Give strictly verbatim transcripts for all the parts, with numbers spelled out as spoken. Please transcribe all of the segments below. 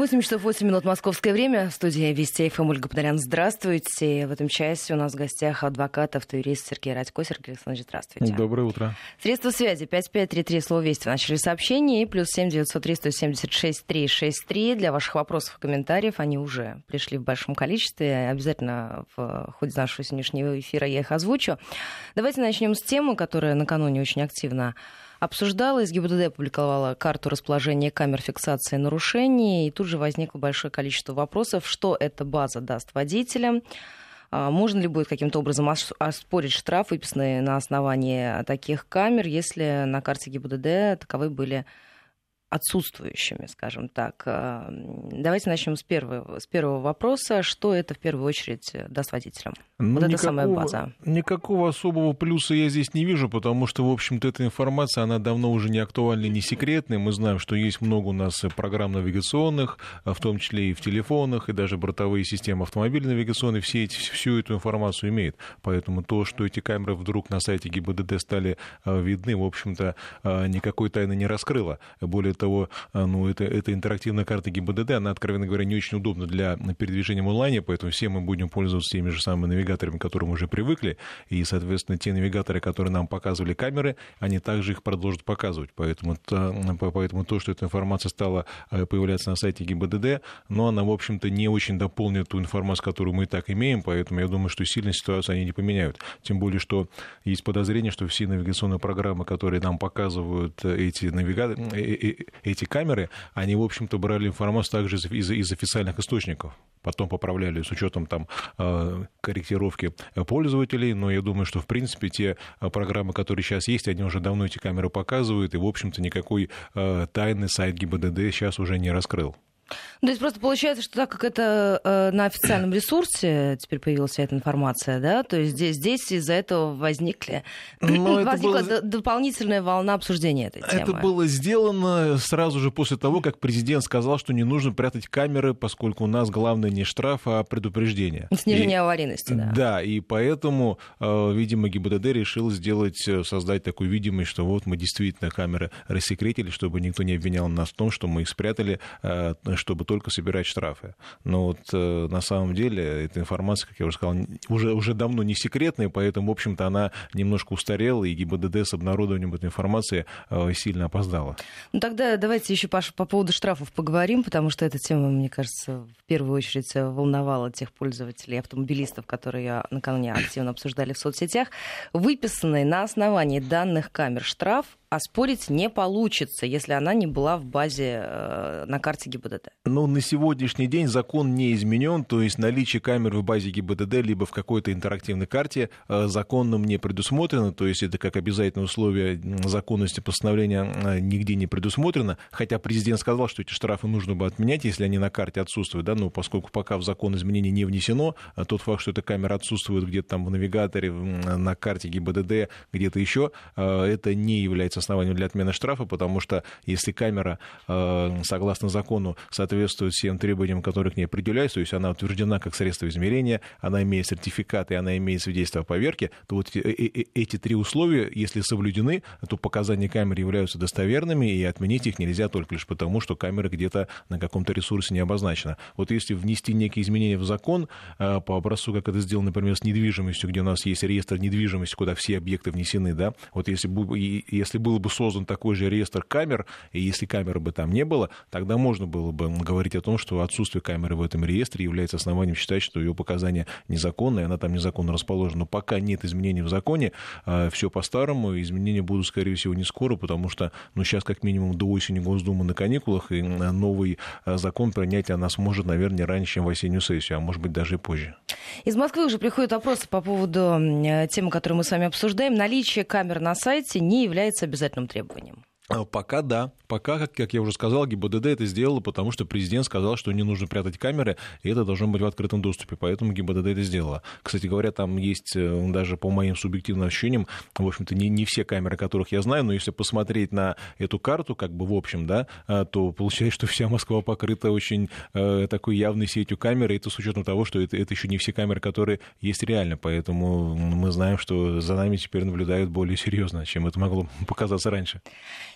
восемь часов восемь минут московское время. В студии Вести ФМ Ольга Подолян. Здравствуйте. В этом часе у нас в гостях адвокат, автоюрист Сергей Радько. Сергей Александрович, здравствуйте. Доброе утро. Средства связи пять пять три три, слово «Вести» в начале сообщения. И плюс семь девятьсот три сто семьдесят шесть триста шестьдесят три. Для ваших вопросов и комментариев они уже пришли в большом количестве. Обязательно в ходе нашего сегодняшнего эфира я их озвучу. Давайте начнем с темы, которая накануне очень активно обсуждалась. ГИБДД опубликовала карту расположения камер фиксации нарушений, и тут же возникло большое количество вопросов, что эта база даст водителям, можно ли будет каким-то образом оспорить штраф, выписанный на основании таких камер, если на карте ГИБДД таковые были отсутствующими, скажем так. Давайте начнем с первого, с первого вопроса. Что это в первую очередь даст водителям? Ну, вот никакого, это самая база. Никакого особого плюса я здесь не вижу, потому что, в общем-то, эта информация, она давно уже не актуальна, не секретная. Мы знаем, что есть много у нас программ навигационных, в том числе и в телефонах, и даже бортовые системы автомобильной навигационной, все эти, всю эту информацию имеют. Поэтому то, что эти камеры вдруг на сайте ГИБДД стали видны, в общем-то, никакой тайны не раскрыло. Более того, ну, это, это интерактивная карта ГИБДД, она, откровенно говоря, не очень удобна для передвижения в онлайне, поэтому все мы будем пользоваться теми же самыми навигаторами, к которым уже привыкли, и, соответственно, те навигаторы, которые нам показывали камеры, они также их продолжат показывать. Поэтому, поэтому то, что эта информация стала появляться на сайте ГИБДД, но она, в общем-то, не очень дополнит ту информацию, которую мы и так имеем, поэтому я думаю, что сильно ситуацию они не поменяют. Тем более, что есть подозрение, что все навигационные программы, которые нам показывают эти навигаторы, эти камеры, они, в общем-то, брали информацию также из, из, из официальных источников. Потом поправляли с учетом там корректировки пользователей, но я думаю, что, в принципе, те программы, которые сейчас есть, они уже давно эти камеры показывают, и, в общем-то, никакой тайны сайт ГИБДД сейчас уже не раскрыл. То есть просто получается, что так как это э, на официальном ресурсе теперь появилась вся эта информация, да, то есть здесь, здесь из-за этого возникли, возникла было... дополнительная волна обсуждения этой темы. Это было сделано сразу же после того, как президент сказал, что не нужно прятать камеры, поскольку у нас главное не штраф, а предупреждение. Снижение и... аварийности, да. Да, и поэтому, э, видимо, ГИБДД решил сделать, создать такую видимость, что вот мы действительно камеры рассекретили, чтобы никто не обвинял нас в том, что мы их спрятали, э, чтобы только собирать штрафы. Но вот э, на самом деле эта информация, как я уже сказал, уже, уже давно не секретная, поэтому, в общем-то, она немножко устарела, и ГИБДД с обнародованием этой информации э, сильно опоздала. Ну тогда давайте еще, Паша, по поводу штрафов поговорим, потому что эта тема, мне кажется, в первую очередь волновала тех пользователей, автомобилистов, которые накануне активно обсуждали в соцсетях. Выписанный на основании данных камер штраф оспорить не получится, если она не была в базе э, на карте ГИБДД. Ну, на сегодняшний день закон не изменен, то есть наличие камер в базе ГИБДД либо в какой-то интерактивной карте э, законом не предусмотрено, то есть это как обязательное условие законности постановления э, нигде не предусмотрено, хотя президент сказал, что эти штрафы нужно бы отменять, если они на карте отсутствуют, да, но поскольку пока в закон изменений не внесено, а тот факт, что эта камера отсутствует где-то там в навигаторе, на карте ГИБДД, где-то еще, э, это не является основанием для отмены штрафа, потому что если камера, согласно закону, соответствует всем требованиям, которые к ней определяются, то есть она утверждена как средство измерения, она имеет сертификат и она имеет свидетельство о поверке, то вот эти три условия, если соблюдены, то показания камеры являются достоверными, и отменить их нельзя только лишь потому, что камера где-то на каком-то ресурсе не обозначена. Вот если внести некие изменения в закон по образцу, как это сделано, например, с недвижимостью, где у нас есть реестр недвижимости, куда все объекты внесены, да, вот если бы, если был бы создан такой же реестр камер, и если камеры бы там не было, тогда можно было бы говорить о том, что отсутствие камеры в этом реестре является основанием считать, что ее показания незаконные, она там незаконно расположена. Но пока нет изменений в законе, все по-старому, изменения будут, скорее всего, не скоро, потому что, ну, сейчас как минимум до осени Госдума на каникулах, и новый закон принять она сможет, наверное, не раньше, чем в осеннюю сессию, а может быть, даже и позже. Из Москвы уже приходят вопросы по поводу темы, которую мы с вами обсуждаем. Наличие камер на сайте не является обязательным требованием. Пока да. Пока, как, как я уже сказал, ГИБДД это сделало, потому что президент сказал, что не нужно прятать камеры, и это должно быть в открытом доступе. Поэтому ГИБДД это сделало. Кстати говоря, там есть, даже по моим субъективным ощущениям, в общем-то, не, не все камеры, которых я знаю, но если посмотреть на эту карту, как бы в общем, да, то получается, что вся Москва покрыта очень э, такой явной сетью камер, и это с учетом того, что это, это еще не все камеры, которые есть реально. Поэтому мы знаем, что за нами теперь наблюдают более серьезно, чем это могло показаться раньше.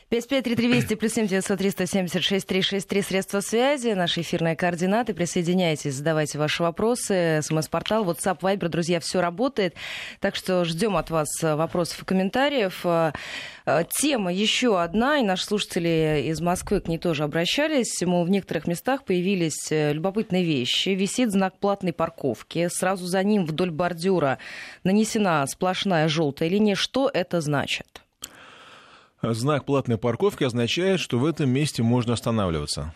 пять пять три три двести плюс семь девятьсот три сто семьдесят шесть три шесть три средства связи, наши эфирные координаты. Присоединяйтесь, задавайте ваши вопросы. СМС-портал, WhatsApp, Viber, друзья, все работает. Так что ждем от вас вопросов и комментариев. Тема еще одна, и наши слушатели из Москвы к ней тоже обращались. Мол, в некоторых местах появились любопытные вещи. Висит знак платной парковки. Сразу за ним вдоль бордюра нанесена сплошная желтая линия. Что это значит? Знак платной парковки означает, что в этом месте можно останавливаться,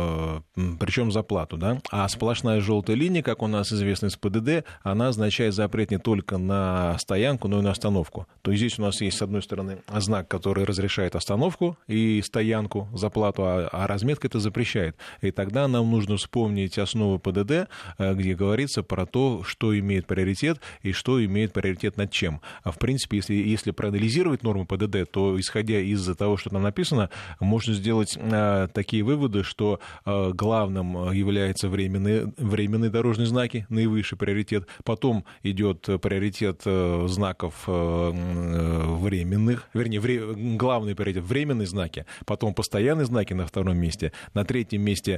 причем за плату, да? А сплошная желтая линия, как у нас известно из ПДД, она означает запрет не только на стоянку, но и на остановку. То есть здесь у нас есть, с одной стороны, знак, который разрешает остановку и стоянку за плату, а, а разметка это запрещает. И тогда нам нужно вспомнить основы ПДД, где говорится про то, что имеет приоритет и что имеет приоритет над чем. А в принципе, если, если проанализировать нормы ПДД, то, исходя из-за того, что там написано, можно сделать а, такие выводы, что а, главным являются временные, временные дорожные знаки, наивысший приоритет. Потом идет приоритет а, знаков а, временных, вернее, вре, главный приоритет временные знаки, потом постоянные знаки на втором месте, на третьем месте...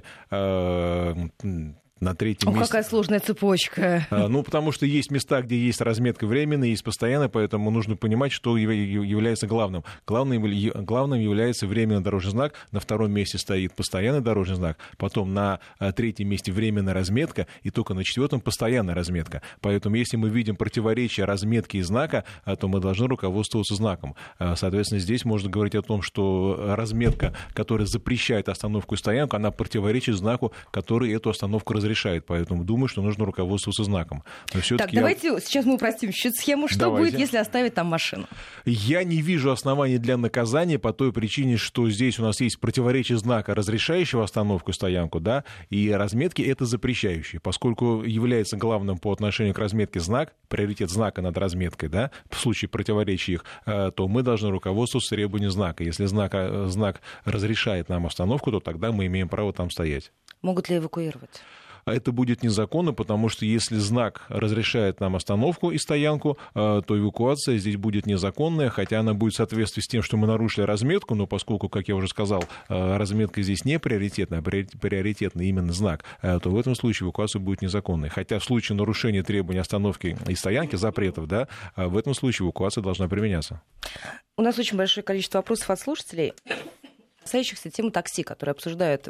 А, На третьем О, месте... какая сложная цепочка. А, ну, потому что есть места, где есть разметка временная, есть постоянная, поэтому нужно понимать, что является главным. Главным, главным является временный дорожный знак, на втором месте стоит постоянный дорожный знак, потом на третьем месте временная разметка, и только на четвертом постоянная разметка. Поэтому, если мы видим противоречие разметки и знака, то мы должны руководствоваться знаком. Соответственно, здесь можно говорить о том, что разметка, которая запрещает остановку и стоянку, она противоречит знаку, который эту остановку разрешает. Решает, поэтому думаю, что нужно руководствоваться знаком. Так, давайте я... сейчас мы упростим чуть схему. Что давайте. Будет, если оставить там машину? Я не вижу оснований для наказания по той причине, что здесь у нас есть противоречие знака, разрешающего остановку и стоянку, да, и разметки это запрещающие. Поскольку является главным по отношению к разметке знак, приоритет знака над разметкой, да, в случае противоречия их, то мы должны руководствоваться требованием знака. Если знак, знак разрешает нам остановку, то тогда мы имеем право там стоять. Могут ли эвакуировать? А это будет незаконно, потому что если знак разрешает нам остановку и стоянку, то эвакуация здесь будет незаконная, хотя она будет в соответствии с тем, что мы нарушили разметку, но поскольку, как я уже сказал, разметка здесь не приоритетная, а приоритетный именно знак, то в этом случае эвакуация будет незаконной. Хотя в случае нарушения требований остановки и стоянки, запретов, да, в этом случае эвакуация должна применяться. У нас очень большое количество вопросов от слушателей, касающихся темы такси, которые обсуждают...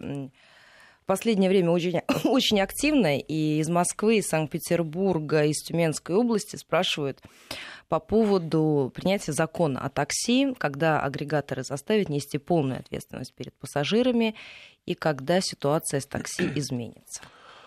В последнее время очень, очень активно, и из Москвы, из Санкт-Петербурга, из Тюменской области спрашивают по поводу принятия закона о такси, когда агрегаторы заставят нести полную ответственность перед пассажирами, и когда ситуация с такси изменится.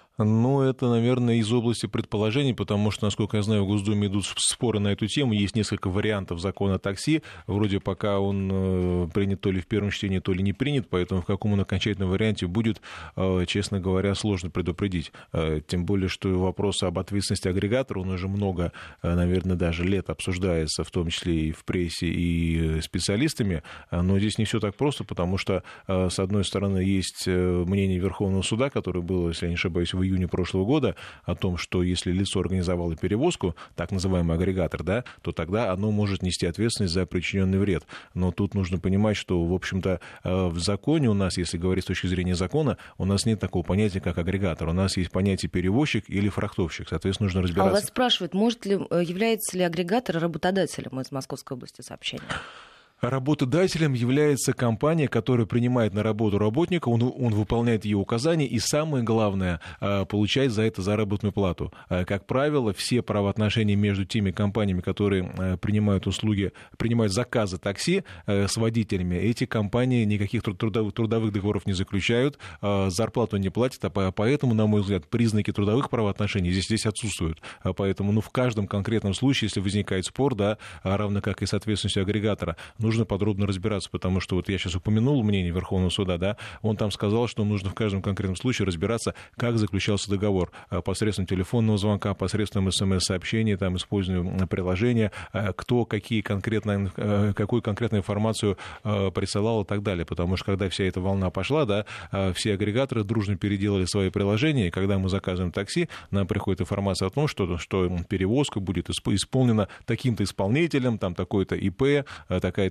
Ну, это, наверное, из области предположений, потому что, насколько я знаю, в Госдуме идут споры на эту тему. Есть несколько вариантов закона о такси. Вроде пока он принят то ли в первом чтении, то ли не принят, поэтому в каком он окончательном варианте будет, честно говоря, сложно предупредить. Тем более, что вопрос об ответственности агрегатора, он уже много, наверное, даже лет обсуждается, в том числе и в прессе, и специалистами. Но здесь не все так просто, потому что, с одной стороны, есть мнение Верховного суда, которое было, если я не ошибаюсь, в июне прошлого года, о том, что если лицо организовало перевозку, так называемый агрегатор, да, то тогда оно может нести ответственность за причиненный вред. Но тут нужно понимать, что, в общем-то, в законе у нас, если говорить с точки зрения закона, у нас нет такого понятия, как агрегатор. У нас есть понятие перевозчик или фрахтовщик. Соответственно, нужно разбираться. А у вас спрашивают, может ли, является ли агрегатор работодателем из Московской области сообщения? Работодателем является компания, которая принимает на работу работника, он, он выполняет ее указания и, самое главное, получает за это заработную плату. Как правило, все правоотношения между теми компаниями, которые принимают услуги, принимают заказы такси с водителями, эти компании никаких трудовых, трудовых договоров не заключают, зарплату не платят, а поэтому, на мой взгляд, признаки трудовых правоотношений здесь, здесь отсутствуют. Поэтому ну, в каждом конкретном случае, если возникает спор, да, равно как и с ответственностью агрегатора, нужно подробно разбираться, потому что вот я сейчас упомянул мнение Верховного суда, да, он там сказал, что нужно в каждом конкретном случае разбираться, как заключался договор, посредством телефонного звонка, посредством смс-сообщения, там, использования приложения, кто какие конкретно, какую конкретную информацию присылал и так далее, потому что когда вся эта волна пошла, да, все агрегаторы дружно переделали свои приложения, и когда мы заказываем такси, нам приходит информация о том, что, что перевозка будет исполнена таким-то исполнителем, там такой-то ИП, такая-то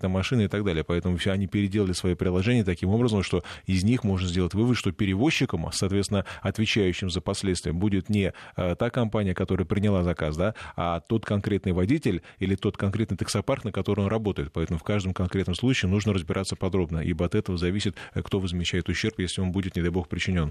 эта машина и так далее. Поэтому все они переделали свои приложения таким образом, что из них можно сделать вывод, что перевозчиком, соответственно, отвечающим за последствия, будет не та компания, которая приняла заказ, да, а тот конкретный водитель или тот конкретный таксопарк, на котором он работает. Поэтому в каждом конкретном случае нужно разбираться подробно, ибо от этого зависит, кто возмещает ущерб, если он будет, не дай бог, причинен.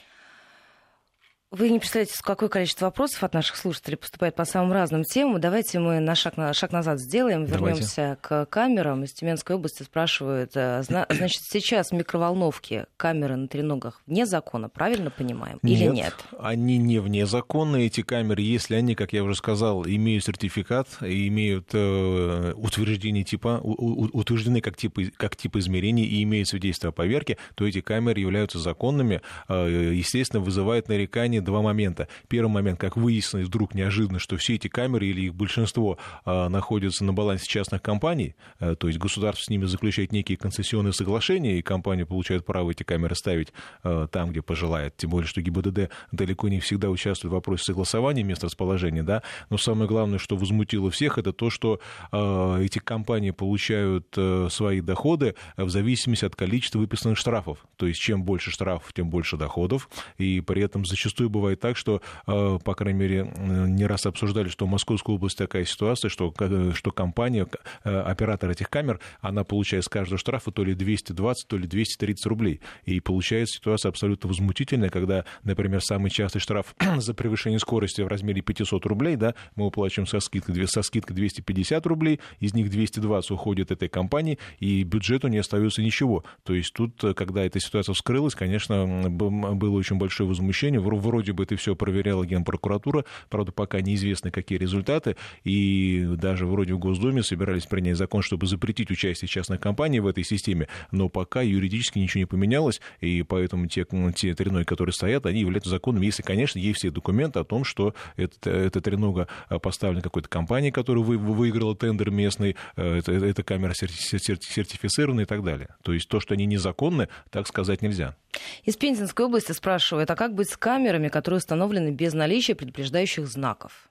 Вы не представляете, какое количество вопросов от наших слушателей поступает по самым разным темам. Давайте мы на шаг, на шаг назад сделаем, вернемся к камерам. Из Тюменской области спрашивают, значит, сейчас микроволновки, камеры на треногах вне закона, правильно понимаем, или нет? Нет, они не вне закона, эти камеры, если они, как я уже сказал, имеют сертификат, имеют э, утверждение типа, у, утверждены как тип, как тип измерений и имеют свидетельство о поверке, то эти камеры являются законными, э, естественно, вызывает нарекания два момента. Первый момент, как выяснилось вдруг неожиданно, что все эти камеры или их большинство а, находятся на балансе частных компаний, а, то есть государство с ними заключает некие концессионные соглашения, и компания получает право эти камеры ставить а, там, где пожелает. Тем более, что ГИБДД далеко не всегда участвует в вопросе согласования мест расположения, да. Но самое главное, что возмутило всех, это то, что а, эти компании получают а, свои доходы в зависимости от количества выписанных штрафов. То есть чем больше штрафов, тем больше доходов, и при этом зачастую бывает так, что, по крайней мере, не раз обсуждали, что в Московской области такая ситуация, что, что компания, оператор этих камер, она получает с каждого штрафа то ли двести двадцать, то ли двести тридцать рублей. И получается ситуация абсолютно возмутительная, когда, например, самый частый штраф за превышение скорости в размере пятьсот рублей, да, мы уплачиваем со скидкой, со скидкой двести пятьдесят рублей, из них двести двадцать уходит этой компании, и бюджету не остается ничего. То есть тут, когда эта ситуация вскрылась, конечно, было очень большое возмущение. Вроде бы это все проверяла Генпрокуратура, правда, пока неизвестны, какие результаты, и даже вроде в Госдуме собирались принять закон, чтобы запретить участие частных компаний в этой системе, но пока юридически ничего не поменялось, и поэтому те, те треноги, которые стоят, они являются законными, если, конечно, есть все документы о том, что эта, эта тренога поставлена какой-то компанией, которая вы, выиграла тендер местный, это, эта камера сертифицирована и так далее. То есть то, что они незаконны, так сказать нельзя. Из Пензенской области спрашивают, а как быть с камерами, которые установлены без наличия предупреждающих знаков?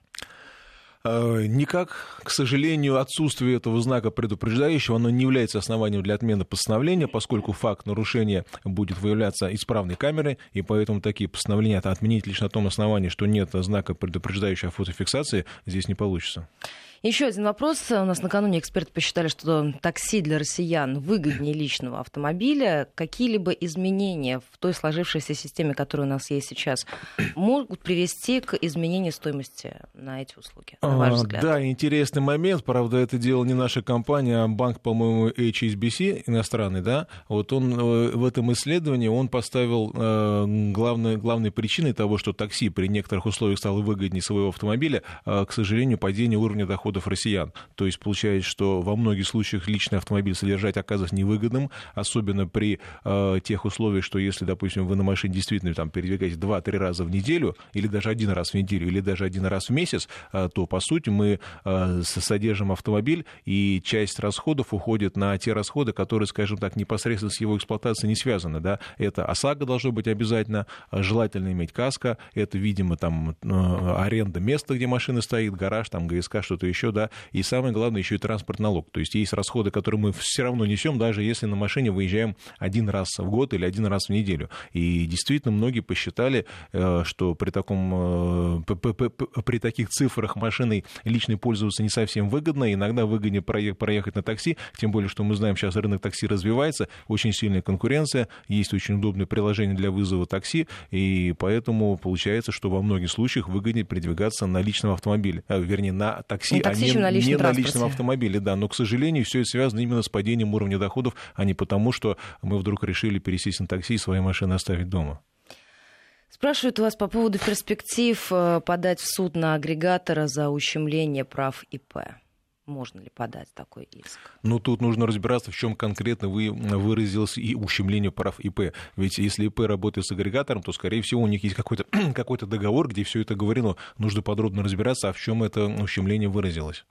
Никак, к сожалению, отсутствие этого знака предупреждающего, оно не является основанием для отмены постановления, поскольку факт нарушения будет выявляться исправной камерой, и поэтому такие постановления отменить лишь на том основании, что нет знака предупреждающего о фотофиксации, здесь не получится. Еще один вопрос. У нас накануне эксперты посчитали, что такси для россиян выгоднее личного автомобиля. Какие-либо изменения в той сложившейся системе, которая у нас есть сейчас, могут привести к изменению стоимости на эти услуги, на ваш взгляд? Да, интересный момент. Правда, это дело не наша компания, а банк, по-моему, эйч эс би си иностранный, да. Вот он в этом исследовании он поставил главной, главной причиной того, что такси при некоторых условиях стало выгоднее своего автомобиля, к сожалению, падение уровня дохода россиян. То есть получается, что во многих случаях личный автомобиль содержать оказывается невыгодным, особенно при э, тех условиях, что если, допустим, вы на машине действительно там, передвигаетесь два-три раза в неделю, или даже один раз в неделю, или даже один раз в месяц, э, то, по сути, мы э, содержим автомобиль, и часть расходов уходит на те расходы, которые, скажем так, непосредственно с его эксплуатацией не связаны. Да? Это ОСАГО должно быть обязательно, желательно иметь каско, это, видимо, там, э, аренда места, где машина стоит, гараж, там, ГСК, что-то еще, да, и самое главное, еще и транспортный налог. То есть есть расходы, которые мы все равно несем, даже если на машине выезжаем один раз в год или один раз в неделю. И действительно, многие посчитали, что при, таком, при таких цифрах машиной личной пользоваться не совсем выгодно, иногда выгоднее проехать на такси, тем более, что мы знаем, сейчас рынок такси развивается, очень сильная конкуренция, есть очень удобное приложение для вызова такси, и поэтому получается, что во многих случаях выгоднее передвигаться на личном автомобиле, вернее, на такси, а не, на не на личном автомобиле, да, но, к сожалению, все это связано именно с падением уровня доходов, а не потому, что мы вдруг решили пересесть на такси и свои машины оставить дома. Спрашивают вас по поводу перспектив подать в суд на агрегатора за ущемление прав ИП. Можно ли подать такой иск? Ну, тут нужно разбираться, в чем конкретно вы выразилось и ущемление прав ИП. Ведь если ИП работает с агрегатором, то, скорее всего, у них есть какой-то, какой-то договор, где все это говорено. Нужно подробно разбираться, а в чем это ущемление выразилось.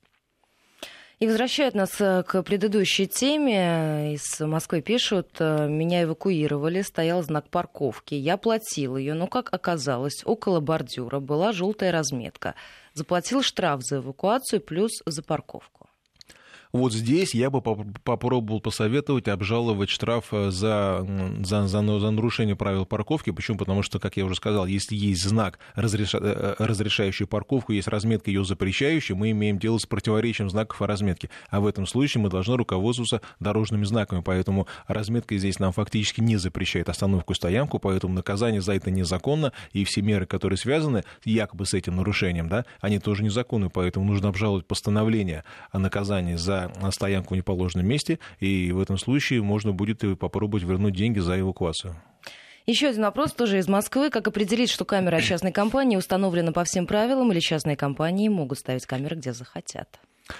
И возвращают нас к предыдущей теме. Из Москвы пишут: меня эвакуировали, стоял знак парковки, я платил ее, но, как оказалось, около бордюра была желтая разметка. Заплатил штраф за эвакуацию плюс за парковку. Вот здесь я бы попробовал посоветовать обжаловать штраф за, за, за, за нарушение правил парковки. Почему? Потому что, как я уже сказал, если есть знак, разреша, разрешающий парковку, есть разметка ее запрещающая, мы имеем дело с противоречием знаков о разметке. А в этом случае мы должны руководствоваться дорожными знаками. Поэтому разметка здесь нам фактически не запрещает остановку и стоянку, поэтому наказание за это незаконно, и все меры, которые связаны якобы с этим нарушением, да, они тоже незаконны. Поэтому нужно обжаловать постановление о наказании за стоянку в неположенном месте, и в этом случае можно будет попробовать вернуть деньги за эвакуацию. Еще один вопрос тоже из Москвы. Как определить, что камера частной компании установлена по всем правилам, или частные компании могут ставить камеры, где захотят?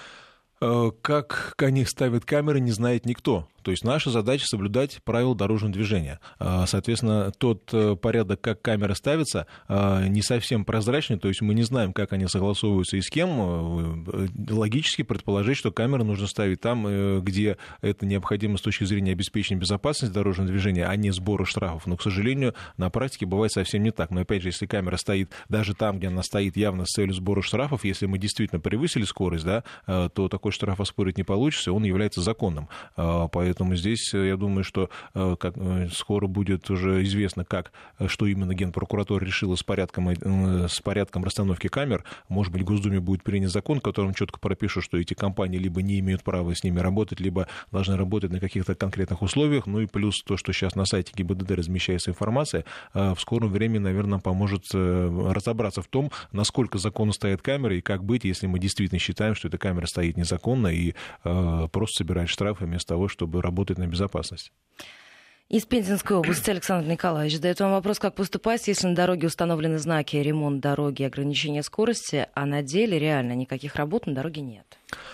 Как они ставят камеры, не знает никто. То есть наша задача соблюдать правила дорожного движения. Соответственно, тот порядок, как камера ставится, не совсем прозрачный, то есть мы не знаем, как они согласовываются и с кем. Логически предположить, что камеры нужно ставить там, где это необходимо с точки зрения обеспечения безопасности дорожного движения, а не сбора штрафов. Но, к сожалению, на практике бывает совсем не так. Но, опять же, если камера стоит даже там, где она стоит явно с целью сбора штрафов, если мы действительно превысили скорость, да, то такой штраф оспорить не получится, он является законным. Поэтому Поэтому здесь, я думаю, что как, скоро будет уже известно, как, что именно Генпрокуратура решила с порядком, с порядком расстановки камер. Может быть, в Госдуме будет принят закон, в котором четко пропишут, что эти компании либо не имеют права с ними работать, либо должны работать на каких-то конкретных условиях. Ну и плюс то, что сейчас на сайте ГИБДД размещается информация, в скором времени, наверное, поможет разобраться в том, насколько законно стоят камеры и как быть, если мы действительно считаем, что эта камера стоит незаконно, и просто собирать штрафы вместо того, чтобы работать на безопасность. Из Пензенской области Александр Николаевич задает вам вопрос, как поступать, если на дороге установлены знаки «ремонт дороги», «ограничение скорости», а на деле реально никаких работ на дороге нет.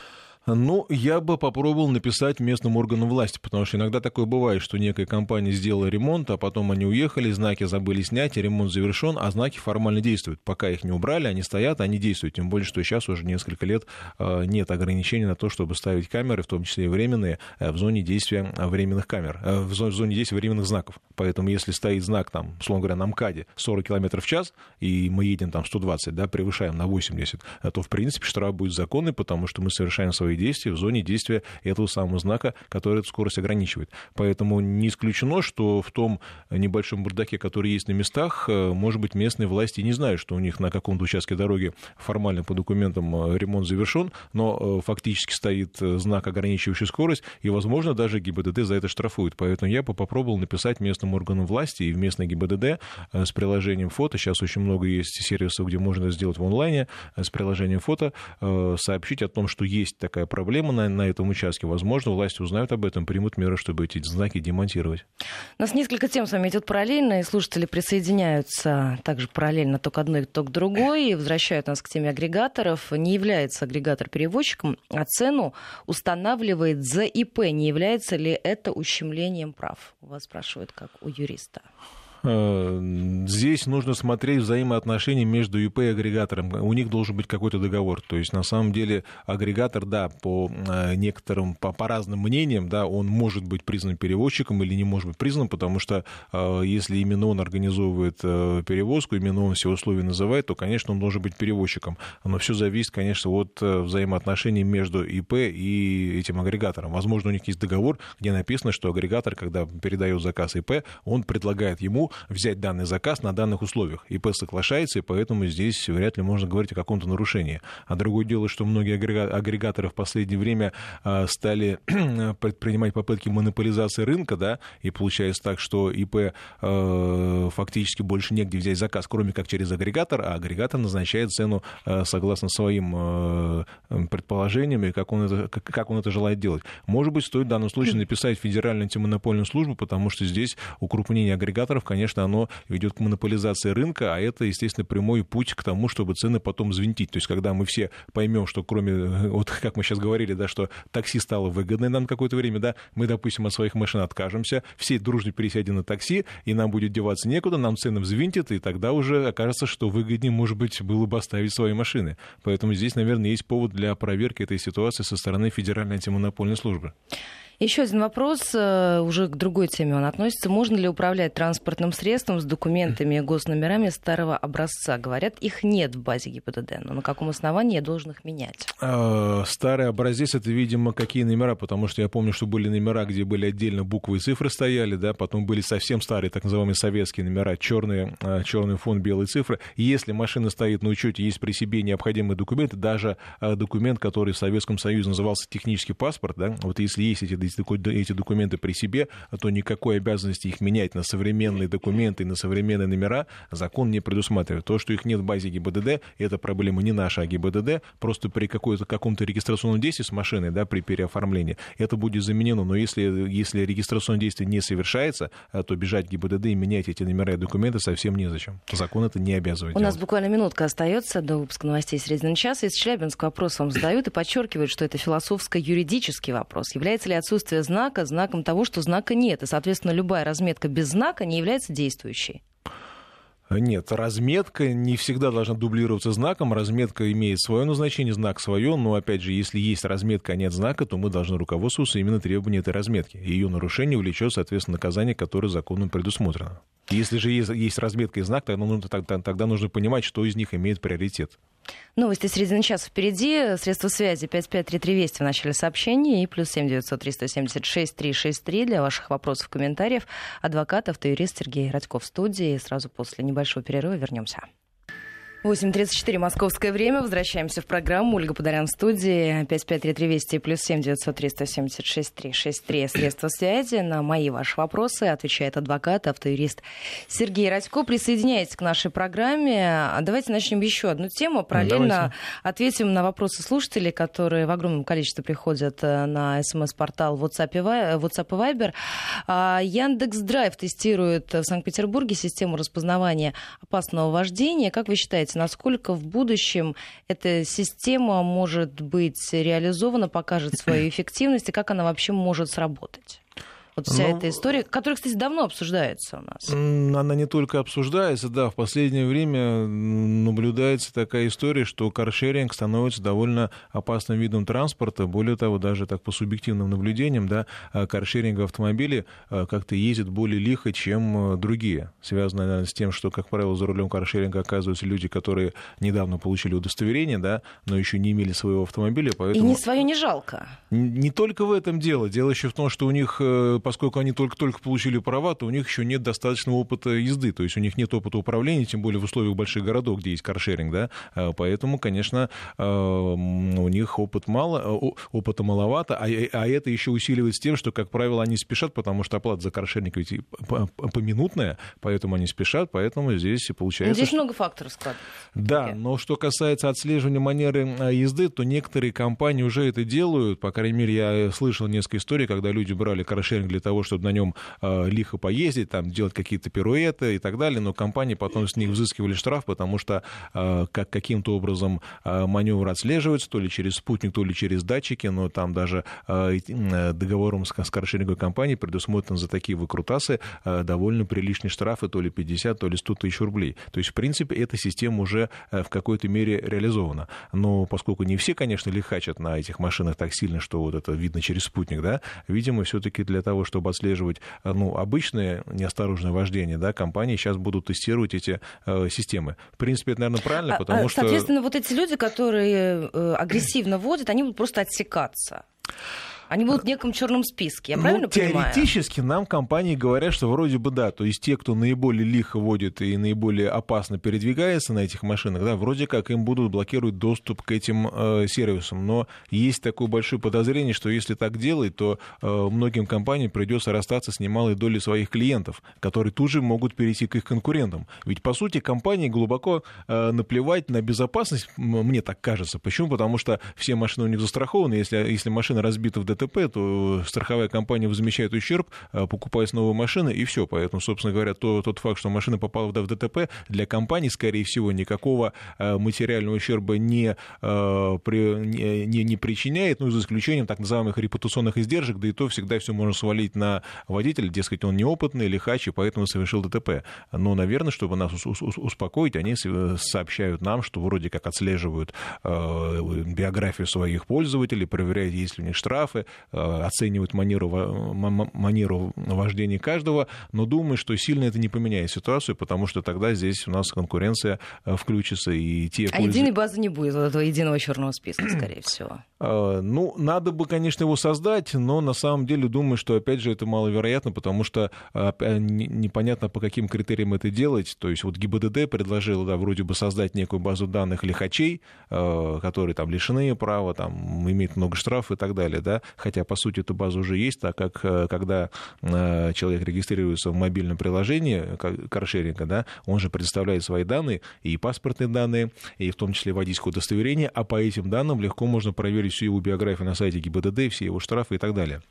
Ну, я бы попробовал написать местным органам власти, потому что иногда такое бывает, что некая компания сделала ремонт, а потом они уехали, знаки забыли снять, и ремонт завершен, а знаки формально действуют. Пока их не убрали, они стоят, они действуют. Тем более, что сейчас уже несколько лет нет ограничений на то, чтобы ставить камеры, в том числе и временные, в зоне действия временных камер, в зоне действия временных знаков. Поэтому, если стоит знак, там, условно говоря, на МКАДе сорок километров в час, и мы едем там сто двадцать, да, превышаем на восемьдесят, то, в принципе, штраф будет законный, потому что мы совершаем свои действия в зоне действия этого самого знака, который эту скорость ограничивает. Поэтому не исключено, что в том небольшом бардаке, который есть на местах, может быть, местные власти не знают, что у них на каком-то участке дороги формально по документам ремонт завершен, но фактически стоит знак, ограничивающий скорость, и, возможно, даже ГИБДД за это штрафует. Поэтому я бы попробовал написать местным органам власти и в местной ГИБДД с приложением фото. Сейчас очень много есть сервисов, где можно сделать в онлайне с приложением фото, сообщить о том, что есть такая проблема на, на этом участке. Возможно, власти узнают об этом, примут меры, чтобы эти знаки демонтировать. У нас несколько тем с вами идет параллельно, и слушатели присоединяются также параллельно то к одной, то к другой, и возвращают нас к теме агрегаторов. Не является агрегатор перевозчиком, а цену устанавливает зэ и пэ. Не является ли это ущемлением прав? Вас спрашивают как у юриста. Здесь нужно смотреть взаимоотношения между ИП и агрегатором. У них должен быть какой-то договор. То есть, на самом деле, агрегатор, да, по некоторым, по, по разным мнениям, да, он может быть признан перевозчиком или не может быть признан, потому что если именно он организовывает перевозку, именно он все условия называет, то, конечно, он должен быть перевозчиком. Но все зависит, конечно, от взаимоотношений между ИП и этим агрегатором. Возможно, у них есть договор, где написано, что агрегатор, когда передает заказ ИП, он предлагает ему взять данный заказ на данных условиях. ИП соглашается, и поэтому здесь вряд ли можно говорить о каком-то нарушении. А другое дело, что многие агрегаторы в последнее время стали предпринимать попытки монополизации рынка, да, и получается так, что ИП фактически больше негде взять заказ, кроме как через агрегатор, а агрегатор назначает цену согласно своим предположениям и как он это, как он это желает делать. Может быть, стоит в данном случае написать в Федеральную антимонопольную службу, потому что здесь укрупнение агрегаторов, конечно, Конечно, оно ведет к монополизации рынка, а это, естественно, прямой путь к тому, чтобы цены потом взвинтить. То есть, когда мы все поймем, что кроме, вот как мы сейчас говорили, да, что такси стало выгодно нам какое-то время, да, мы, допустим, от своих машин откажемся, все дружно пересядем на такси, и нам будет деваться некуда, нам цены взвинтят, и тогда уже окажется, что выгоднее, может быть, было бы оставить свои машины. Поэтому здесь, наверное, есть повод для проверки этой ситуации со стороны Федеральной антимонопольной службы. Еще один вопрос, уже к другой теме он относится. Можно ли управлять транспортным средством с документами и госномерами старого образца? Говорят, их нет в базе ГИБДД, но на каком основании я должен их менять? Старый образец — это, видимо, какие номера, потому что я помню, что были номера, где были отдельно буквы и цифры стояли, да, потом были совсем старые, так называемые советские номера, черные, черный фон, белые цифры. Если машина стоит на учете, есть при себе необходимые документы, даже документ, который в Советском Союзе назывался технический паспорт, да, вот если есть эти эти документы при себе, то никакой обязанности их менять на современные документы и на современные номера закон не предусматривает. То, что их нет в базе ГИБДД, это проблема не наша, а ГИБДД. Просто при какой-то, каком-то регистрационном действии с машиной, да, при переоформлении, это будет заменено. Но если, если регистрационное действие не совершается, то бежать в ГИБДД и менять эти номера и документы совсем незачем. Закон это не обязывает. У делать. нас буквально минутка остается до выпуска новостей «Середины часа». Из Челябинска вопрос вам задают и подчеркивают, что это философско-юридический вопрос. Является ли отсутствие Отсутствие знака знаком того, что знака нет, и, соответственно, любая разметка без знака не является действующей. Нет, разметка не всегда должна дублироваться знаком. Разметка имеет свое назначение, знак свое, но, опять же, если есть разметка, а нет знака, то мы должны руководствоваться именно требованием этой разметки. Ее нарушение влечет, соответственно, наказание, которое законом предусмотрено. Если же есть, есть разметка и знак, тогда, ну, тогда, тогда нужно понимать, что из них имеет приоритет. Новости «Середины часа» впереди. Средства связи пять пять три три Вести в начале сообщения и плюс семь девятьсот три сто семьдесят шесть три шесть три для ваших вопросов и комментариев. Адвокат, автоюрист Сергей Радько в студии. Сразу после небольшого перерыва вернемся. восемь тридцать четыре московское время. Возвращаемся в программу. Ольга Подолян в студии. пять пять три три Вести плюс семь девятьсот три сто семьдесят шесть три шесть три. Средства связи. На мои ваши вопросы отвечает адвокат, автоюрист Сергей Радько. Присоединяйтесь к нашей программе. Давайте начнем еще одну тему. Параллельно Давайте. ответим на вопросы слушателей, которые в огромном количестве приходят на смс-портал WhatsApp и Viber. Яндекс.Драйв тестирует в Санкт-Петербурге систему распознавания опасного вождения. Как вы считаете, насколько в будущем эта система может быть реализована, покажет свою эффективность, и как она вообще может сработать? Вот вся ну, эта история, которая, кстати, давно обсуждается у нас. Она не только обсуждается, да, в последнее время наблюдается такая история, что каршеринг становится довольно опасным видом транспорта. Более того, даже так по субъективным наблюдениям, да, каршеринговые автомобили как-то ездят более лихо, чем другие. Связано, наверное, с тем, что, как правило, за рулем каршеринга оказываются люди, которые недавно получили удостоверение, да, но еще не имели своего автомобиля. Поэтому... И не свое не жалко. Не только в этом дело. Дело еще в том, что у них... Поскольку они только-только получили права, то у них еще нет достаточного опыта езды, то есть у них нет опыта управления, тем более в условиях больших городов, где есть каршеринг, да, поэтому, конечно, у них опыт мало, опыта маловато, а, а это еще усиливается тем, что, как правило, они спешат, потому что оплата за каршеринг ведь поминутная, поэтому они спешат, поэтому здесь получается... Здесь что... много факторов складывается. Да, okay. но что касается отслеживания манеры езды, то некоторые компании уже это делают, по крайней мере, я слышал несколько историй, когда люди брали каршеринг для того, чтобы на нем э, лихо поездить, там, делать какие-то пируэты и так далее, но компании потом с них взыскивали штраф, потому что э, как, каким-то образом э, маневр отслеживается, то ли через спутник, то ли через датчики, но там даже э, договором с, с каршеринговой компанией предусмотрено за такие выкрутасы э, довольно приличные штрафы, то ли пятьдесят, то ли сто тысяч рублей. То есть, в принципе, эта система уже э, в какой-то мере реализована. Но поскольку не все, конечно, лихачат на этих машинах так сильно, что вот это видно через спутник, да, видимо, все-таки для того, чтобы отслеживать, ну, обычное неосторожное вождение, да, компании сейчас будут тестировать эти э, системы. В принципе, это, наверное, правильно, потому а, что... Соответственно, вот эти люди, которые э, агрессивно водят, они будут просто отсекаться. Они будут в неком черном списке, я ну, правильно понимаю? Теоретически нам компании говорят, что вроде бы да, то есть те, кто наиболее лихо водит и наиболее опасно передвигается на этих машинах, да, вроде как им будут блокировать доступ к этим э, сервисам. Но есть такое большое подозрение, что если так делать, то э, многим компаниям придется расстаться с немалой долей своих клиентов, которые тут же могут перейти к их конкурентам. Ведь, по сути, компании глубоко э, наплевать на безопасность, мне так кажется. Почему? Потому что все машины у них застрахованы, если, если машина разбита в ДТП, то страховая компания возмещает ущерб, покупает новые машины, и все. Поэтому, собственно говоря, то, тот факт, что машина попала в ДТП, для компании, скорее всего, никакого материального ущерба не, не, не, не причиняет, ну, за исключением так называемых репутационных издержек, да и то всегда все можно свалить на водителя, дескать, он неопытный, лихач, и поэтому совершил ДТП. Но, наверное, чтобы нас успокоить, они сообщают нам, что вроде как отслеживают биографию своих пользователей, проверяют, есть ли у них штрафы, оценивают манеру, манеру вождения каждого, но думаю, что сильно это не поменяет ситуацию, потому что тогда здесь у нас конкуренция включится. И те а пользы... единой базы не будет, вот этого единого черного списка, скорее всего. Ну, надо бы, конечно, его создать, но на самом деле думаю, что, опять же, это маловероятно, потому что непонятно, по каким критериям это делать. То есть вот ГИБДД предложил, да, вроде бы создать некую базу данных лихачей, которые там лишены права, там имеют много штрафов и так далее, да, хотя, по сути, эта база уже есть, так как, когда человек регистрируется в мобильном приложении каршеринга, да, он же предоставляет свои данные, и паспортные данные, и в том числе водительское удостоверение, а по этим данным легко можно проверить всю его биографию на сайте ГИБДД, все его штрафы и так далее.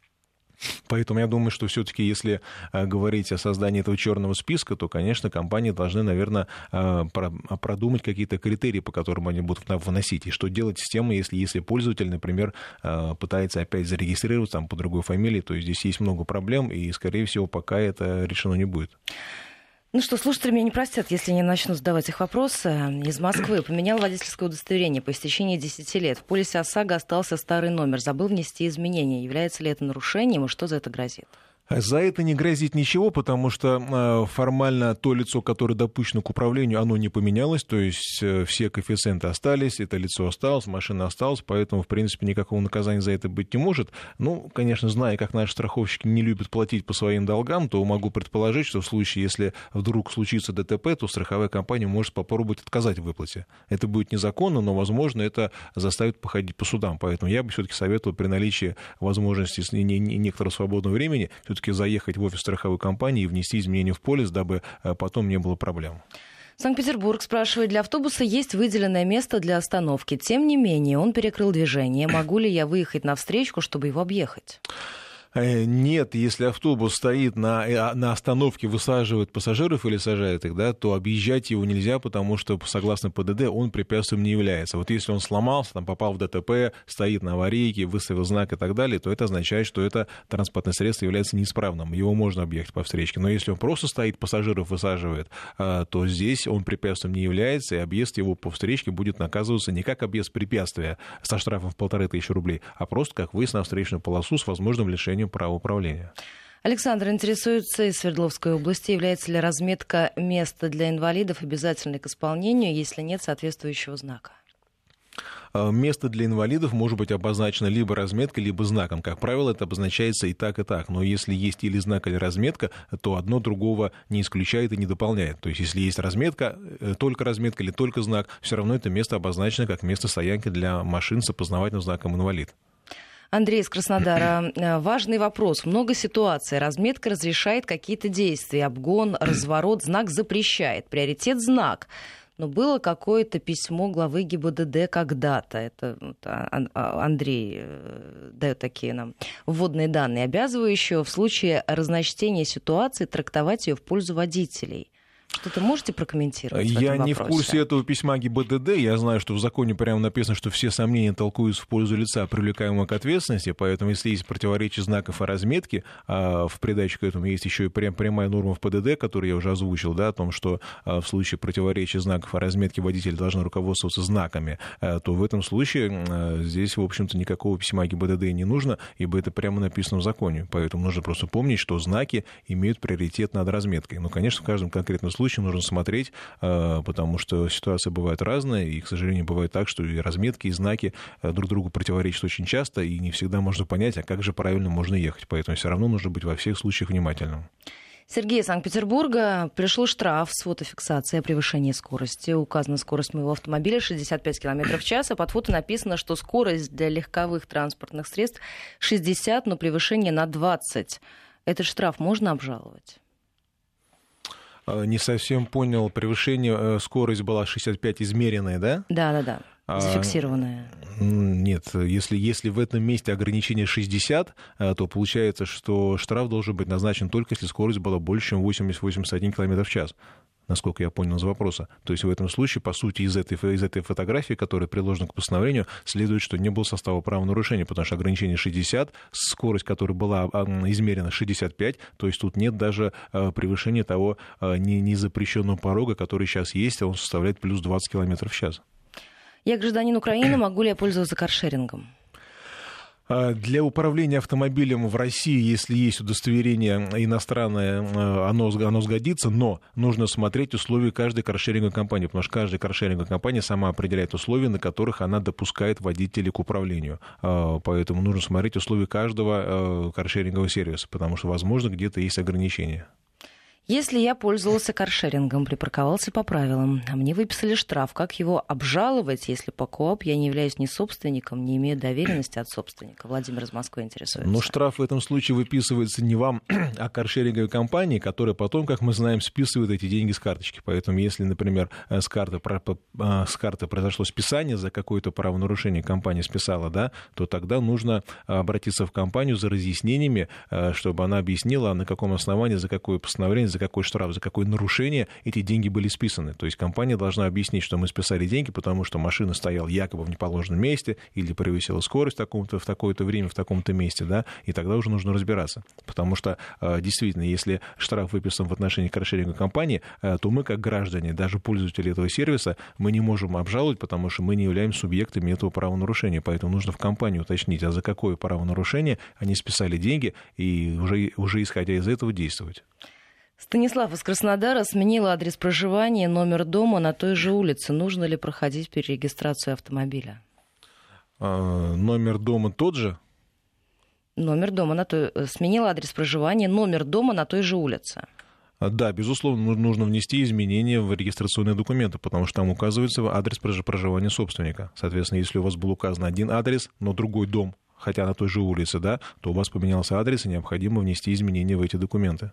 Поэтому я думаю, что все-таки, если говорить о создании этого черного списка, то, конечно, компании должны, наверное, продумать какие-то критерии, по которым они будут выносить. И что делать с тем, если, если пользователь, например, пытается опять зарегистрироваться там, по другой фамилии, то здесь есть много проблем, и, скорее всего, пока это решено не будет. Ну что, слушатели меня не простят, если не начну задавать их вопросы. Из Москвы. Поменял водительское удостоверение по истечении десяти лет. В полисе ОСАГО остался старый номер. Забыл внести изменения. Является ли это нарушением и что за это грозит? За это не грозит ничего, потому что формально то лицо, которое допущено к управлению, оно не поменялось, то есть все коэффициенты остались, это лицо осталось, машина осталась, поэтому, в принципе, никакого наказания за это быть не может. Ну, конечно, зная, как наши страховщики не любят платить по своим долгам, то могу предположить, что в случае, если вдруг случится ДТП, то страховая компания может попробовать отказать в выплате. Это будет незаконно, но, возможно, это заставит походить по судам. Поэтому я бы все-таки советовал при наличии возможности некоторого свободного времени все-таки заехать в офис страховой компании и внести изменения в полис, дабы потом не было проблем. Санкт-Петербург спрашивает, для автобуса есть выделенное место для остановки. Тем не менее, он перекрыл движение. Могу ли я выехать на встречку, чтобы его объехать? Нет, если автобус стоит на, на остановке, высаживает пассажиров или сажает их, да, то объезжать его нельзя, потому что, согласно ПДД, он препятствием не является. Вот если он сломался, там, попал в ДТП, стоит на аварийке, выставил знак и так далее, то это означает, что это транспортное средство является неисправным. Его можно объехать по встречке. Но если он просто стоит, пассажиров высаживает, то здесь он препятствием не является, и объезд его по встречке будет наказываться не как объезд препятствия со штрафом в полторы тысячи рублей, а просто как выезд на встречную полосу с возможным лишением права управления. Александр интересуется из Свердловской области. Является ли разметка места для инвалидов обязательной к исполнению, если нет соответствующего знака? Место для инвалидов может быть обозначено либо разметкой, либо знаком. Как правило, это обозначается и так, и так. Но если есть или знак, или разметка, то одно другого не исключает и не дополняет. То есть, если есть разметка, только разметка или только знак, все равно это место обозначено как место стоянки для машин с опознавательным знаком «инвалид». Андрей из Краснодара. Важный вопрос. Много ситуаций. Разметка разрешает какие-то действия. Обгон, разворот, знак запрещает. Приоритет знак. Но было какое-то письмо главы ГИБДД когда-то. Это вот, Андрей дает такие нам вводные данные, обязывающие в случае разночтения ситуации трактовать ее в пользу водителей. Что-то можете прокомментировать? Я не в курсе этого письма ГИБДД. Я знаю, что в законе прямо написано, что все сомнения толкуются в пользу лица, привлекаемого к ответственности. Поэтому, если есть противоречие знаков и разметки, а в придачу к этому есть еще и прямая норма в ПДД, которую я уже озвучил, да, о том, что в случае противоречия знаков и разметки водитель должен руководствоваться знаками, то в этом случае здесь, в общем-то, никакого письма ГИБДД не нужно, ибо это прямо написано в законе. Поэтому нужно просто помнить, что знаки имеют приоритет над разметкой. Но, конечно, в каждом конкретном случае нужно смотреть, потому что ситуация бывает разная, и, к сожалению, бывает так, что и разметки, и знаки друг другу противоречат очень часто, и не всегда можно понять, а как же правильно можно ехать. Поэтому все равно нужно быть во всех случаях внимательным. Сергей из Санкт-Петербурга. Пришел штраф с фотофиксацией о превышении скорости. Указана скорость моего автомобиля шестьдесят пять километров в час, а под фото написано, что скорость для легковых транспортных средств шестьдесят, но превышение на двадцать. Этот штраф можно обжаловать? Не совсем понял, превышение, скорость была шестьдесят пять измеренная, да? Да, да, да. Зафиксированная. А, нет, если, если в этом месте ограничение шестьдесят, то получается, что штраф должен быть назначен только если скорость была больше, чем восемьдесят - восемьдесят один километр в час. Насколько я понял из вопроса. То есть в этом случае, по сути, из этой, из этой фотографии, которая приложена к постановлению, следует, что не было состава правонарушения, потому что ограничение шестьдесят, скорость, которая была измерена шестьдесят пять, то есть тут нет даже превышения того незапрещенного порога, который сейчас есть, а он составляет плюс двадцать километров в час. Я гражданин Украины, могу ли я пользоваться каршерингом? Для управления автомобилем в России, если есть удостоверение иностранное, оно, оно сгодится, но нужно смотреть условия каждой каршеринговой компании, потому что каждая каршеринговая компания сама определяет условия, на которых она допускает водителей к управлению. Поэтому нужно смотреть условия каждого каршерингового сервиса, потому что, возможно, где-то есть ограничения. Если я пользовался каршерингом, припарковался по правилам, а мне выписали штраф, как его обжаловать, если по КоАП я не являюсь ни собственником, не имею доверенности от собственника? Владимир из Москвы интересуется. Но штраф в этом случае выписывается не вам, а каршеринговой компании, которая потом, как мы знаем, списывает эти деньги с карточки. Поэтому если, например, с карты, с карты произошло списание за какое-то правонарушение, компания списала, да, то тогда нужно обратиться в компанию за разъяснениями, чтобы она объяснила, на каком основании, за какое постановление, за какой штраф, за какое нарушение эти деньги были списаны. То есть компания должна объяснить, что мы списали деньги, потому что машина стояла якобы в неположенном месте или превысила скорость в, таком-то, в такое-то время, в таком-то месте, да, и тогда уже нужно разбираться. Потому что действительно, если штраф выписан в отношении каршеринговой компании, то мы, как граждане, даже пользователи этого сервиса, мы не можем обжаловать, потому что мы не являемся субъектами этого правонарушения. Поэтому нужно в компании уточнить, а за какое правонарушение они списали деньги, и уже, уже исходя из этого действовать. Станислав из Краснодара сменил адрес проживания, номер дома на той же улице. Нужно ли проходить перерегистрацию автомобиля? А, номер дома тот же? Номер дома на той... Сменил адрес проживания, номер дома на той же улице. Да, безусловно, нужно внести изменения в регистрационные документы, потому что там указывается адрес проживания собственника. Соответственно, если у вас был указан один адрес, но другой дом, хотя на той же улице, да, то у вас поменялся адрес, и необходимо внести изменения в эти документы.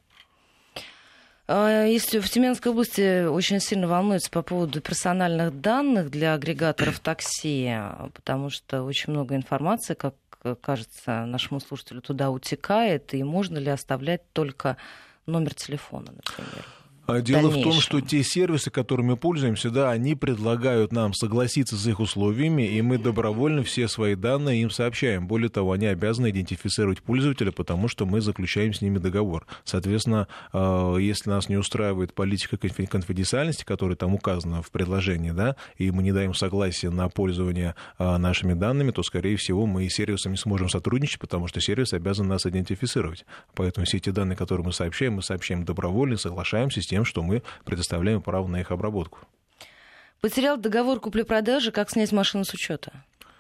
Если в Тюменской области очень сильно волнуются по поводу персональных данных для агрегаторов такси, потому что очень много информации, как кажется, нашему слушателю туда утекает, и можно ли оставлять только номер телефона, например? Дело в том, что те сервисы, которыми мы пользуемся, да, они предлагают нам согласиться с их условиями, и мы добровольно все свои данные им сообщаем. Более того, они обязаны идентифицировать пользователя, потому что мы заключаем с ними договор. Соответственно, если нас не устраивает политика конфиденциальности, которая там указана в предложении, да, и мы не даем согласия на пользование нашими данными, то, скорее всего, мы с сервисом не сможем сотрудничать, потому что сервис обязан нас идентифицировать. Поэтому все эти данные, которые мы сообщаем, мы сообщаем добровольно, соглашаемся с тем, что мы предоставляем право на их обработку. Потерял договор купли-продажи, как снять машину с учета?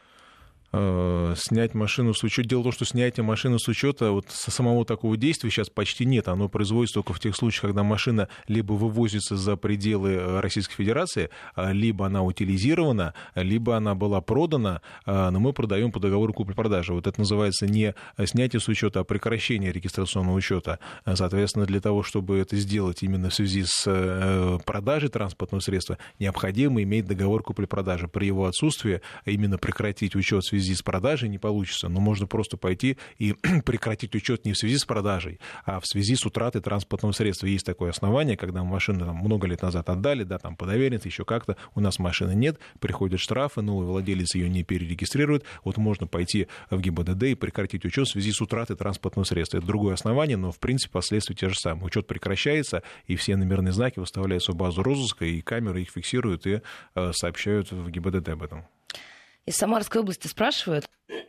Снять машину с учета. Дело в том, что снятие машины с учета, вот самого такого действия сейчас почти нет. Оно производится только в тех случаях, когда машина либо вывозится за пределы Российской Федерации, либо она утилизирована, либо она была продана, но мы продаем по договору купли-продажи. Вот это называется не снятие с учета, а прекращение регистрационного учета. Соответственно, для того, чтобы это сделать именно в связи с продажей транспортного средства, необходимо иметь договор купли-продажи. При его отсутствии именно прекратить учет в связи в связи с продажей не получится, но можно просто пойти и прекратить учет не в связи с продажей, а в связи с утратой транспортного средства. Есть такое основание, когда машину там, много лет назад отдали, да, там по доверенности, еще как-то, у нас машины нет, приходят штрафы, новый владелец ее не перерегистрирует, вот можно пойти в ГИБДД и прекратить учет в связи с утратой транспортного средства. Это другое основание, но в принципе последствия те же самые. Учет прекращается, и все номерные знаки выставляются в базу розыска, и камеры их фиксируют и э, сообщают в ГИБДД об этом. Из Самарской области спрашивают.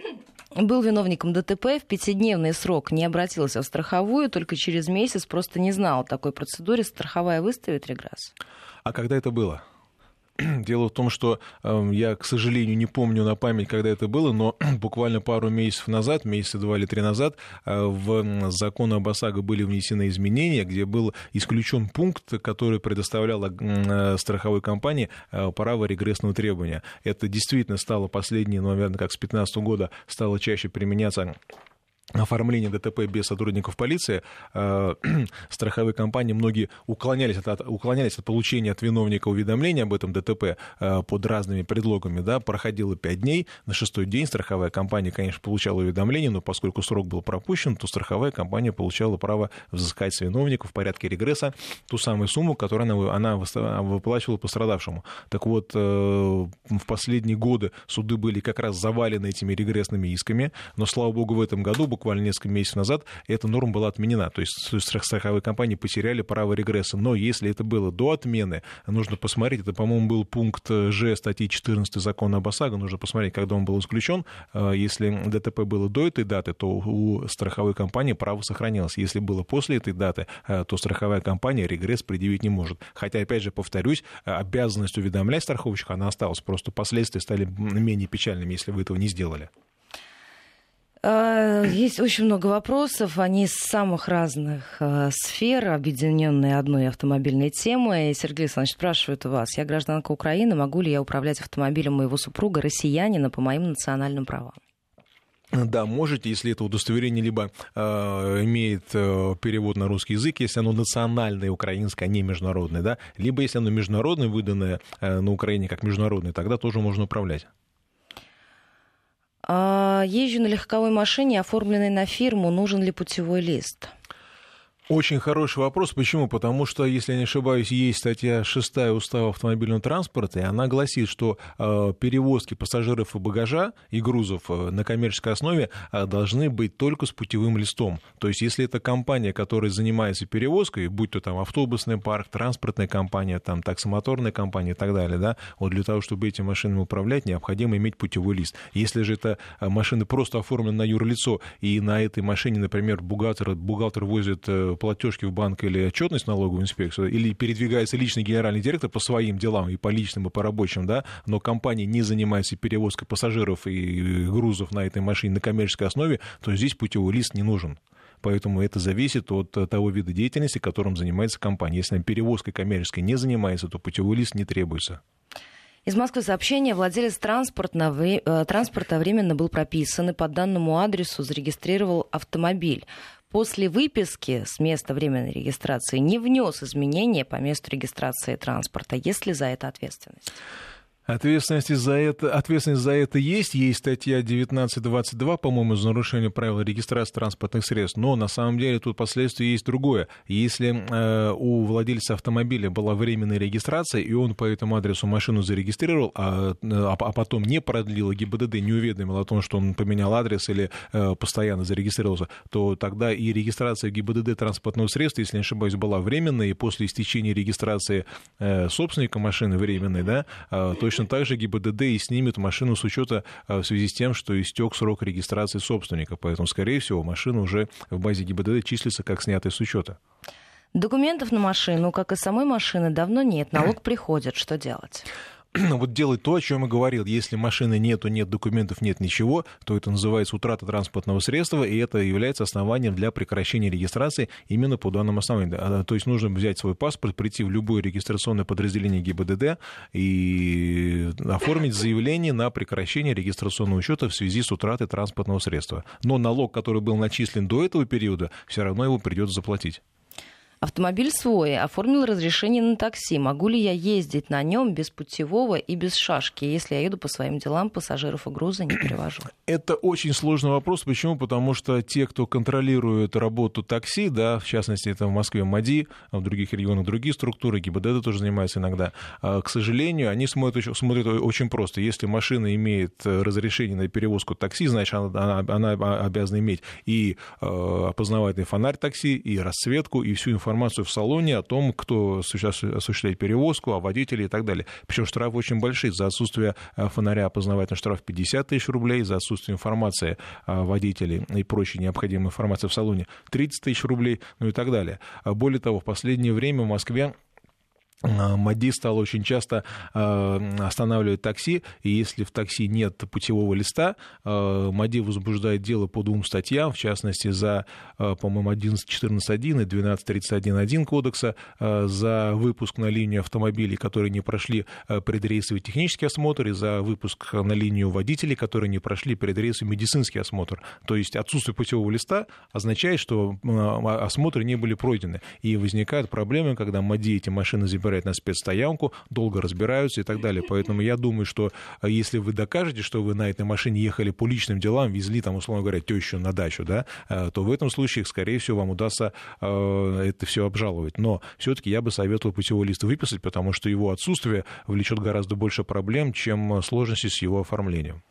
Был виновником ДТП, в пятидневный срок не обратился в страховую, только через месяц просто не знал о такой процедуре. Страховая выставит регресс? А когда это было? Дело в том, что э, я, к сожалению, не помню на память, когда это было, но буквально пару месяцев назад, месяца два или три назад, э, в закон об ОСАГО были внесены изменения, где был исключен пункт, который предоставлял э, страховой компании э, право регрессного требования. Это действительно стало последние, наверное, как с две тысячи пятнадцатого года, стало чаще применяться оформление ДТП без сотрудников полиции. Страховые компании многие уклонялись от, уклонялись от получения от виновника уведомления об этом ДТП под разными предлогами. Да, проходило пять дней, на шестой день страховая компания, конечно, получала уведомление, но поскольку срок был пропущен, то страховая компания получала право взыскать с виновника в порядке регресса ту самую сумму, которую она, она выплачивала пострадавшему. Так вот, в последние годы суды были как раз завалены этими регрессными исками, но, слава богу, в этом году буквально несколько месяцев назад эта норма была отменена. То есть страховые компании потеряли право регресса. Но если это было до отмены, нужно посмотреть, это, по-моему, был пункт Ж статьи четырнадцать закона об ОСАГО, нужно посмотреть, когда он был исключен. Если ДТП было до этой даты, то у страховой компании право сохранилось. Если было после этой даты, то страховая компания регресс предъявить не может. Хотя, опять же, повторюсь, обязанность уведомлять страховщика, она осталась. Просто последствия стали менее печальными, если вы этого не сделали. Есть очень много вопросов, они из самых разных сфер, объединенные одной автомобильной темой. Сергей Александрович спрашивает у вас: я гражданка Украины, могу ли я управлять автомобилем моего супруга, россиянина, по моим национальным правам? Да, можете, если это удостоверение либо э, имеет э, перевод на русский язык, если оно национальное украинское, а не международное, да, либо если оно международное, выданное э, на Украине как международное, тогда тоже можно управлять. А, езжу на легковой машине, оформленной на фирму, нужен ли путевой лист? Очень хороший вопрос. Почему? Потому что, если я не ошибаюсь, есть статья шестая Устава автомобильного транспорта, и она гласит, что э, перевозки пассажиров и багажа и грузов э, на коммерческой основе э, должны быть только с путевым листом. То есть, если это компания, которая занимается перевозкой, будь то там автобусный парк, транспортная компания, там, таксомоторная компания и так далее, да, вот для того, чтобы этими машинами управлять, необходимо иметь путевой лист. Если же это машины просто оформлены на юрлицо, и на этой машине, например, бухгалтер, бухгалтер возит э, платежки в банк или отчетность в налоговую инспекцию, или передвигается личный генеральный директор по своим делам, и по личным, и по рабочим, да, но компания не занимается перевозкой пассажиров и грузов на этой машине на коммерческой основе, то здесь путевой лист не нужен. Поэтому это зависит от того вида деятельности, которым занимается компания. Если она перевозкой коммерческой не занимается, то путевой лист не требуется. Из Москвы сообщение. Владелец транспорта, транспорта временно был прописан и по данному адресу зарегистрировал автомобиль. После выписки с места временной регистрации не внес изменения по месту регистрации транспорта. Есть ли за это ответственность? Ответственность за это, ответственность за это есть. Есть статья девятнадцать двадцать два, по-моему, за нарушение правил регистрации транспортных средств. Но на самом деле тут последствие есть другое. Если э, у владельца автомобиля была временная регистрация, и он по этому адресу машину зарегистрировал, а, а, а потом не продлил, ГИБДД не уведомил о том, что он поменял адрес или э, постоянно зарегистрировался, то тогда и регистрация ГИБДД транспортного средства, если не ошибаюсь, была временной, и после истечения регистрации э, собственника машины временной, да, э, то точно так же ГИБДД и снимет машину с учета в связи с тем, что истек срок регистрации собственника. Поэтому, скорее всего, машина уже в базе ГИБДД числится как снятая с учета. Документов на машину, как и самой машины, давно нет. Налог приходит. Что делать? Вот делать то, о чем я говорил. Если машины нету, нет документов, нет ничего, то это называется утрата транспортного средства, и это является основанием для прекращения регистрации именно по данному основанию. То есть нужно взять свой паспорт, прийти в любое регистрационное подразделение ГИБДД и оформить заявление на прекращение регистрационного учета в связи с утратой транспортного средства. Но налог, который был начислен до этого периода, все равно его придется заплатить. Автомобиль свой, оформил разрешение на такси. Могу ли я ездить на нем без путевого и без шашки, если я еду по своим делам, пассажиров и груза не перевожу? Это очень сложный вопрос. Почему? Потому что те, кто контролирует работу такси, да, в частности, это в Москве МАДИ, а в других регионах другие структуры, ГИБДД тоже занимается иногда, к сожалению, они смотрят, смотрят очень просто. Если машина имеет разрешение на перевозку такси, значит, она, она, она обязана иметь и опознавательный фонарь такси, и расцветку, и всю информацию информацию в салоне о том, кто осуществляет перевозку, о водителе и так далее. Причем штрафы очень большие. За отсутствие фонаря опознавательный штраф пятьдесят тысяч рублей, за отсутствие информации о водителе и прочей необходимой информации в салоне тридцать тысяч рублей, ну и так далее. Более того, в последнее время в Москве МАДИ стал очень часто останавливать такси, и если в такси нет путевого листа, МАДИ возбуждает дело по двум статьям, в частности, за, по-моему, одиннадцать четырнадцать один и двенадцать тридцать один один кодекса, за выпуск на линию автомобилей, которые не прошли предрейсовый технический осмотр, и за выпуск на линию водителей, которые не прошли предрейсовый медицинский осмотр. То есть отсутствие путевого листа означает, что осмотры не были пройдены, и возникают проблемы, когда МАДИ эти машины забирают на спецстоянку, долго разбираются и так далее. Поэтому я думаю, что если вы докажете, что вы на этой машине ехали по личным делам, везли там, условно говоря, тещу на дачу, да, то в этом случае, скорее всего, вам удастся э, это все обжаловать. Но все-таки я бы советовал путевой лист выписать, потому что его отсутствие влечет гораздо больше проблем, чем сложности с его оформлением.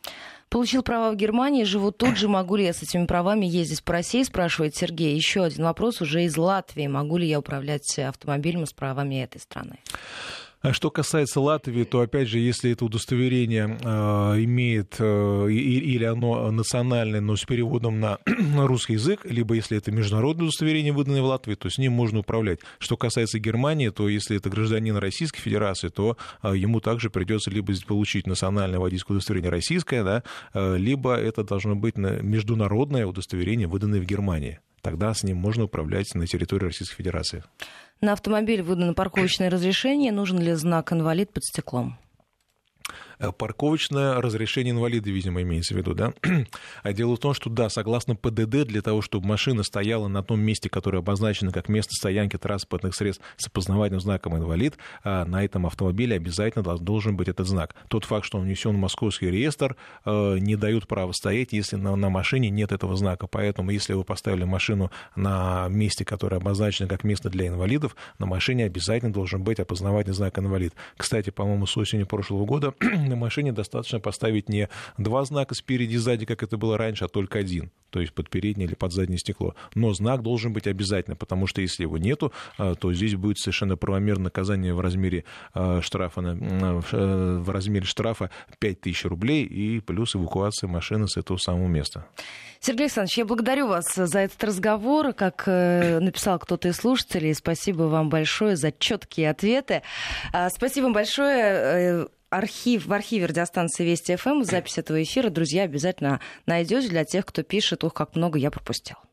Получил права в Германии, живу тут же. Могу ли я с этими правами ездить по России, спрашивает Сергей. Еще один вопрос уже из Латвии. Могу ли я управлять автомобилем с правами этой страны? А что касается Латвии, то, опять же, если это удостоверение э, имеет, э, или оно национальное, но с переводом на русский язык, либо если это международное удостоверение, выданное в Латвии, то с ним можно управлять. Что касается Германии, то если это гражданин Российской Федерации, то э, ему также придется либо получить национальное водительское удостоверение российское, да, э, либо это должно быть международное удостоверение, выданное в Германии. Тогда с ним можно управлять на территории Российской Федерации. На автомобиль выдано парковочное разрешение. Нужен ли знак «инвалид» под стеклом? Парковочное разрешение инвалида, видимо, имеется в виду, да? А дело в том, что, да, согласно ПДД, для того, чтобы машина стояла на том месте, которое обозначено как место стоянки транспортных средств с опознавательным знаком «инвалид», на этом автомобиле обязательно должен быть этот знак. Тот факт, что он внесен в московский реестр, не дает права стоять, если на, на машине нет этого знака. Поэтому, если вы поставили машину на месте, которое обозначено как место для инвалидов, на машине обязательно должен быть опознавательный знак «инвалид». Кстати, по-моему, с осени прошлого года на машине достаточно поставить не два знака спереди и сзади, как это было раньше, а только один, то есть под переднее или под заднее стекло. Но знак должен быть обязательно, потому что если его нету, то здесь будет совершенно правомерное наказание в размере штрафа, в размере штрафа пять тысяч рублей и плюс эвакуация машины с этого самого места. Сергей Александрович, я благодарю вас за этот разговор. Как написал кто-то из слушателей, спасибо вам большое за четкие ответы. Спасибо вам большое. Архив, в архиве радиостанции Вести ФМ запись этого эфира, друзья, обязательно найдете для тех, кто пишет, ох, как много я пропустил.